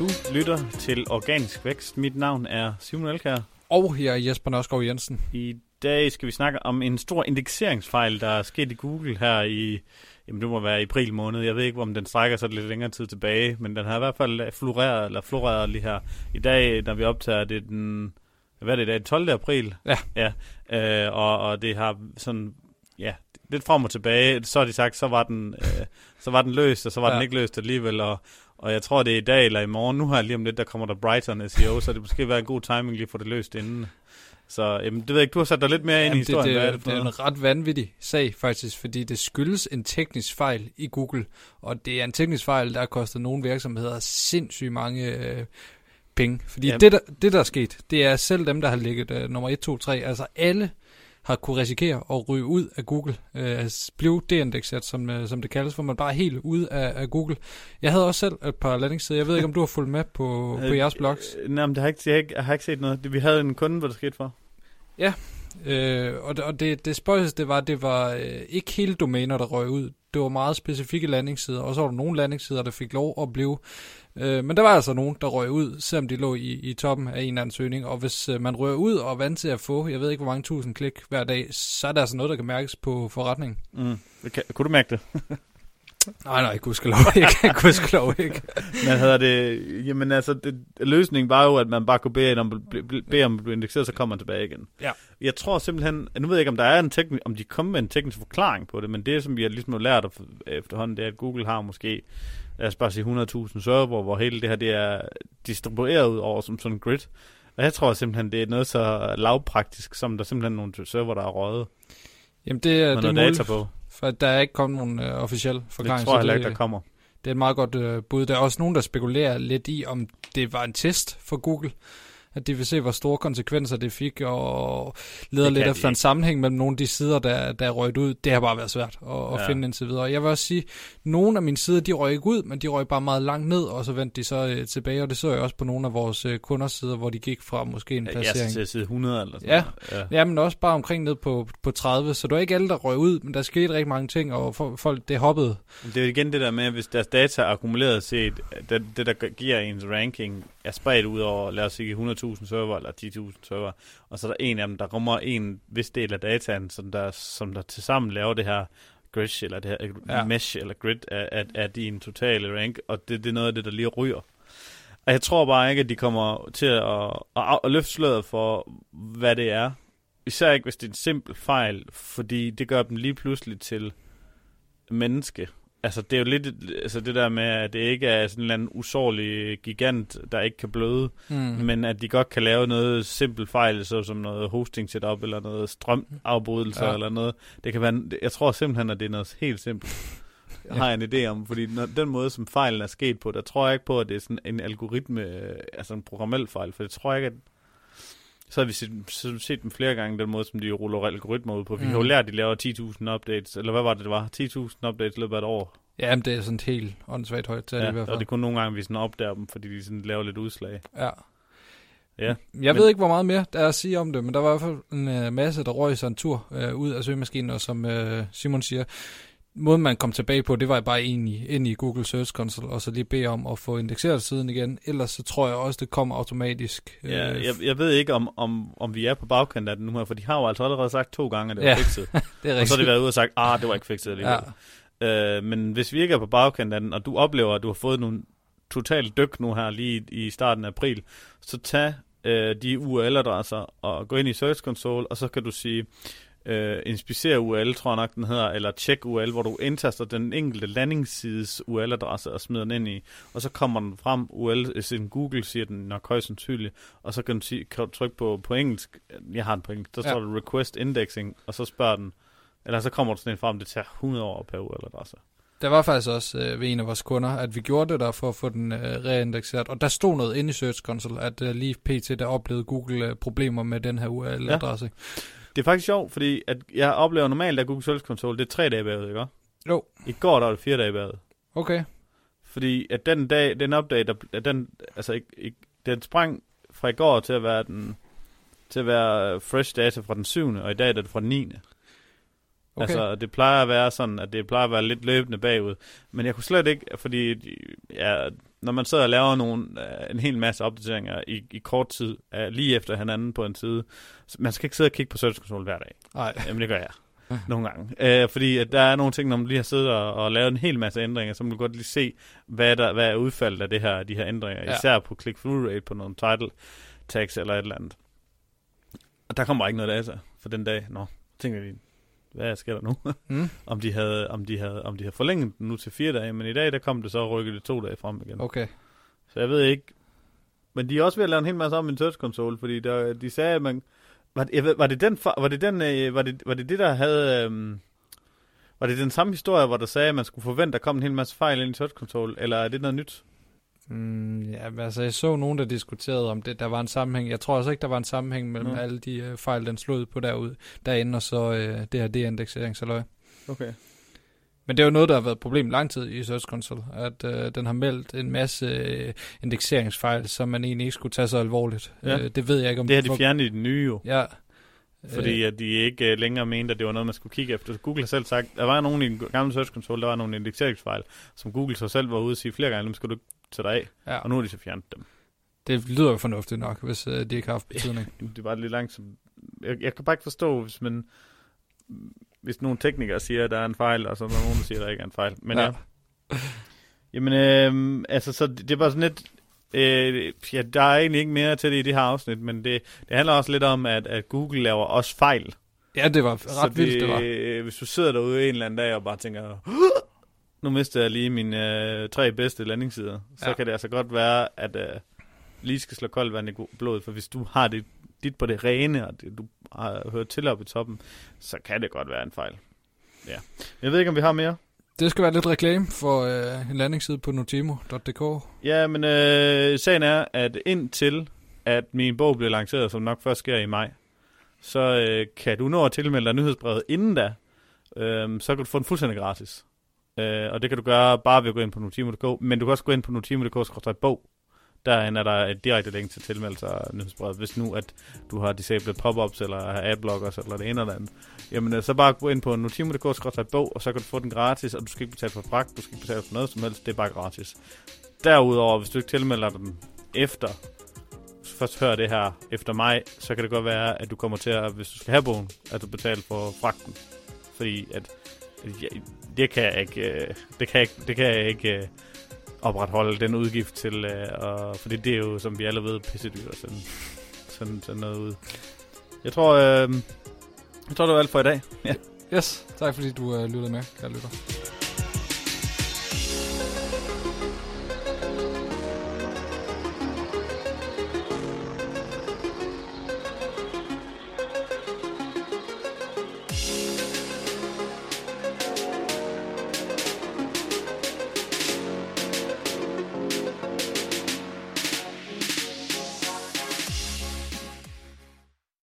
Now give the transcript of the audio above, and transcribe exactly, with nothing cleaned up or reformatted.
Du lytter til Organisk Vækst. Mit navn er Simon Elkjær. Og her er Jesper Nørskov Jensen. I dag skal vi snakke om en stor indekseringsfejl, der er sket i Google her i, jamen det må være i april måned. Jeg ved ikke, om den strækker sig lidt længere tid tilbage, men den har i hvert fald floreret, eller floreret lige her. I dag, når vi optager, det er den, hvad er det i dag, den tolvte april? Ja. Ja, øh, og, og det har sådan, ja, lidt frem og tilbage. Så har de sagt, så var den, øh, så var den løst, og så var ja. den ikke løst alligevel, og Og jeg tror, det er i dag eller i morgen. Nu har lige om lidt, der kommer der Brighton S E O, så det måske være en god timing lige for det løst inden. Så jamen, det ved jeg ikke, du har sat dig lidt mere ja, ind i historien. Det, det, er det, det er en ret vanvittig sag faktisk, fordi det skyldes en teknisk fejl i Google. Og det er en teknisk fejl, der har kostet nogle virksomheder sindssygt mange øh, penge. Fordi ja. det, der, det, der er sket, det er selv dem, der har ligget øh, nummer et, to, tre. Altså alle har kunne risikere at ryge ud af Google, øh, blive deindekseret, som, øh, som det kaldes, hvor man bare er helt ude af, af Google. Jeg havde også selv et par landingssider. Jeg ved ikke, om du har fulgt med på, på jeres blogs? Nej, men det har ikke, jeg, har ikke, jeg har ikke set noget. Vi havde en kunde, hvor det skete for. Ja, øh, og det, og det, det spøjelse, det var, det var øh, ikke hele domæner, der røg ud. Det var meget specifikke landingssider, og så var der nogle landingssider, der fik lov at blive. Øh, men der var altså nogen, der røg ud, selvom de lå i, i toppen af en eller anden søgning. Og hvis øh, man rører ud og er vant til at få, jeg ved ikke, hvor mange tusind klik hver dag, så er der altså noget, der kan mærkes på forretningen. Mm. Kan, kunne du mærke det? nej, nej, gudskelov ikke. gudskelov ikke. Men hedder det, jamen altså, det, løsningen var jo, at man bare kunne bede om, bede om at blive indekseret, så kommer man tilbage igen. Ja. Jeg tror simpelthen, nu ved jeg ikke, om der er en teknik, om de kommer med en teknisk forklaring på det, men det, som vi har ligesom lært efterhånden, det er, at Google har måske, lad os bare sige hundrede tusind server, hvor hele det her, det er distribueret ud over som sådan en grid. Og jeg tror simpelthen, det er noget så lavpraktisk, som der simpelthen er nogle server, der er røget. Jamen det er, det er data på. For der er ikke kommet nogen øh, officiel forklaring. Det tror jeg heller ikke, der kommer. Det er et meget godt øh, bud. Der er også nogen, der spekulerer lidt i, om det var en test for Google. At de vil se, hvor store konsekvenser det fik, og leder lidt efter en sammenhæng mellem nogle af de sider, der, der er røget ud. Det har bare været svært at, at ja. finde indtil videre. Jeg vil også sige, at nogle af mine sider, de røg ikke ud, men de røg bare meget langt ned, og så vendte de så øh, tilbage, og det så jeg også på nogle af vores øh, kunders sider, hvor de gik fra måske en placering. Ja, til side hundrede eller sådan ja. ja, ja, men også bare omkring ned på, på tredive, så det var ikke alle, der røg ud, men der skete rigtig mange ting, og for, folk, det hoppede. Det er jo igen det der med, hvis deres data er akkumuleret set, det, det der giver ens ranking, er spredt ud over, lad os sige, hundrede tusind server, eller ti tusind server, og så er der en af dem, der rummer en vis del af dataen, som der, som der tilsammen laver det her grid, eller det her ja. mesh, eller grid af, af, af din totale rank, og det, det er noget af det, der lige ryger. Og jeg tror bare ikke, at de kommer til at, at, at løfte sløret for, hvad det er. Især ikke, hvis det er en simpel fejl, fordi det gør dem lige pludselig til menneske. Altså, det er jo lidt altså det der med, at det ikke er sådan en eller anden usårlig gigant, der ikke kan bløde, mm. men at de godt kan lave noget simpel fejl, så som noget hosting setup, eller noget strømafbrydelser, ja. eller noget. Det kan være, jeg tror simpelthen, at det er noget helt simpelt. Jeg har en idé om, fordi når, den måde, som fejlen er sket på, der tror jeg ikke på, at det er sådan en algoritme, altså en programmel fejl, for det tror jeg ikke, at så har vi set, så set dem flere gange, den måde, som de ruller algoritmer ud på. Vi mm. har jo lært, at de laver ti tusind updates, eller hvad var det, det var? ti tusind updates i løbet af et år. Ja, men det er sådan helt åndssvagt højt til ja, det i hvert fald. Og det er kun nogle gange, vi sådan opdager dem, fordi de sådan laver lidt udslag. Ja. Ja. Jeg men, ved ikke, hvor meget mere der er at sige om det, men der var i hvert fald en uh, masse, der røg sig en tur uh, ud af søgemaskinen, og som uh, Simon siger, måden man kom tilbage på, det var bare ind i, ind i Google Search Console, og så lige bede om at få indekseret siden igen. Ellers så tror jeg også, det kommer automatisk. Ja, øh, jeg, jeg ved ikke, om, om, om vi er på bagkanten af den nu her, for de har jo altså allerede sagt to gange, at det var ja, fikset. Det er og så har de været ude og sagt, ah, det var ikke fikset alligevel. Ja. Øh, men hvis vi ikke er på bagkanten af den, og du oplever, at du har fået nogle totalt dyk nu her lige i, i starten af april, så tag øh, de U R L-adresser og gå ind i Search Console, og så kan du sige, Uh, inspicere U R L, tror jeg nok den hedder, eller check U R L, hvor du indtaster den enkelte landingssides U R L-adresse og smider den ind i, og så kommer den frem, U R L, sin Google siger den nok højst sandsynligt, og så kan du, sige, kan du trykke på, på engelsk, jeg har den på engelsk, der står ja. request indexing, og så spørger den, eller så kommer du sådan en frem, det tager hundrede år per U R L-adresse. Der var faktisk også øh, ved en af vores kunder, at vi gjorde det der for at få den øh, reindekseret, og der stod noget inde i Search Console, at øh, lige pt. Der oplevede Google øh, problemer med den her U R L-adresse. Ja. Det er faktisk sjovt, fordi at jeg oplever normalt, at Google Search Console, det er tre dage bagud, ikke? Jo. I går der var det fire dage bagud. Okay. Fordi at den dag, den update, der, den, altså, ikke, ikke, den sprang fra i går til at være den, til at være fresh data fra den syvende, og i dag er det fra den niende. Okay. Altså, det plejer at være sådan, at det plejer at være lidt løbende bagud. Men jeg kunne slet ikke, fordi ja, når man sidder og laver nogle, uh, en hel masse opdateringer i, i kort tid, uh, lige efter hinanden på en side, man skal ikke sidde og kigge på Search Console hver dag. Nej. Jamen, det gør jeg. Nogle gange. Uh, fordi at der er nogle ting, når man lige har siddet og, og lavet en hel masse ændringer, så man kan godt lige se, hvad, der, hvad er udfaldet af det her, de her ændringer. Ja. Især på click-through rate, på nogle title tags eller et eller andet. Og der kommer ikke noget data for den dag. Nå, tænker de, hvad sker der nu? Mm. om, de havde, om, de havde, om de havde forlænget den nu til fire dage, men i dag, der kom det så rykket det to dage frem igen. Okay. Så jeg ved ikke, men de er også ved at lave en hel masse om en Search Console, fordi der, de sagde, at man, var, jeg ved, var det den, var det den, var det, var det det, der havde, øhm, var det den samme historie, hvor der sagde, at man skulle forvente, at der kom en hel masse fejl ind i Search Console, eller er det noget nyt? Mm, ja, altså jeg så nogen, der diskuterede om det, der var en sammenhæng. Jeg tror også ikke, der var en sammenhæng mellem mm. alle de øh, fejl, den slog på derude, derinde, og så øh, det her de-indekseringsaløj. Okay. Men det er jo noget, der har været et problem lang tid i Search Console, at øh, den har meldt en masse øh, indekseringsfejl, som man egentlig ikke skulle tage så alvorligt. Ja. Øh, det ved jeg ikke, om det har de fjernet i den nye jo. Ja. Fordi at de ikke længere mente, at det var noget, man skulle kigge efter. Google har selv sagt, der var nogen i den gamle Search Console, der var nogle indekseringsfejl, som Google så selv var ude at sige flere gange, dem skal du tage dig af, ja. Og nu har de så fjernet dem. Det lyder jo fornuftigt nok, hvis uh, de ikke har haft betydning. Det var lidt langsomt. Jeg, jeg kan bare ikke forstå, hvis man, hvis nogle teknikere siger, at der er en fejl, og så er der nogen, der siger, at der ikke er en fejl. Men ja. ja. Jamen, øh, altså, så det, det er bare sådan lidt, øh, ja, der er egentlig ikke mere til det i det her afsnit, men det, det handler også lidt om, at, at Google laver også fejl. Ja, det var ret så vildt, det, det var. Øh, hvis du sidder derude en eller anden dag og bare tænker, nu mister jeg lige mine øh, tre bedste landingssider, så ja. Kan det altså godt være, at øh, lige skal slå koldt vand i blodet, for hvis du har det dit på det rene, og det, du har hørt til op i toppen, så kan det godt være en fejl. Ja. Jeg ved ikke, om vi har mere. Det skal være lidt reklame for øh, en landingsside på notimo punktum d k. Ja, men øh, sagen er, at indtil at min bog bliver lanceret, som nok først sker i maj, så øh, kan du nå at tilmelde dig nyhedsbrevet inden da, øh, så kan du få den fuldstændig gratis. Øh, og det kan du gøre bare ved at gå ind på notimo punktum d k, men du kan også gå ind på notimo punktum d k skråstreg bog. Derinde er der et direkte link til tilmeldelse af nyhedsbrevet, hvis nu at du har disabled pop-ups eller adblockers eller det ene eller andet. Jamen så bare gå ind på notimo punktum d k skråstreg bog, og så kan du få den gratis, og du skal ikke betale for fragt, du skal ikke betale for noget som helst, det er bare gratis. Derudover, hvis du ikke tilmelder den efter, hvis du først hører det her efter mig, så kan det godt være, at du kommer til at, hvis du skal have bogen, at du betaler for fragten. Fordi at, ja, det kan jeg ikke, det kan jeg, det kan jeg ikke opretholde den udgift til, øh, og, fordi det er jo, som vi alle ved, pissedyrt at sende sådan, sådan noget ud. Jeg tror, øh, jeg tror, det var alt for i dag. Ja. Yes, tak fordi du øh, lyttede med, kære lytter.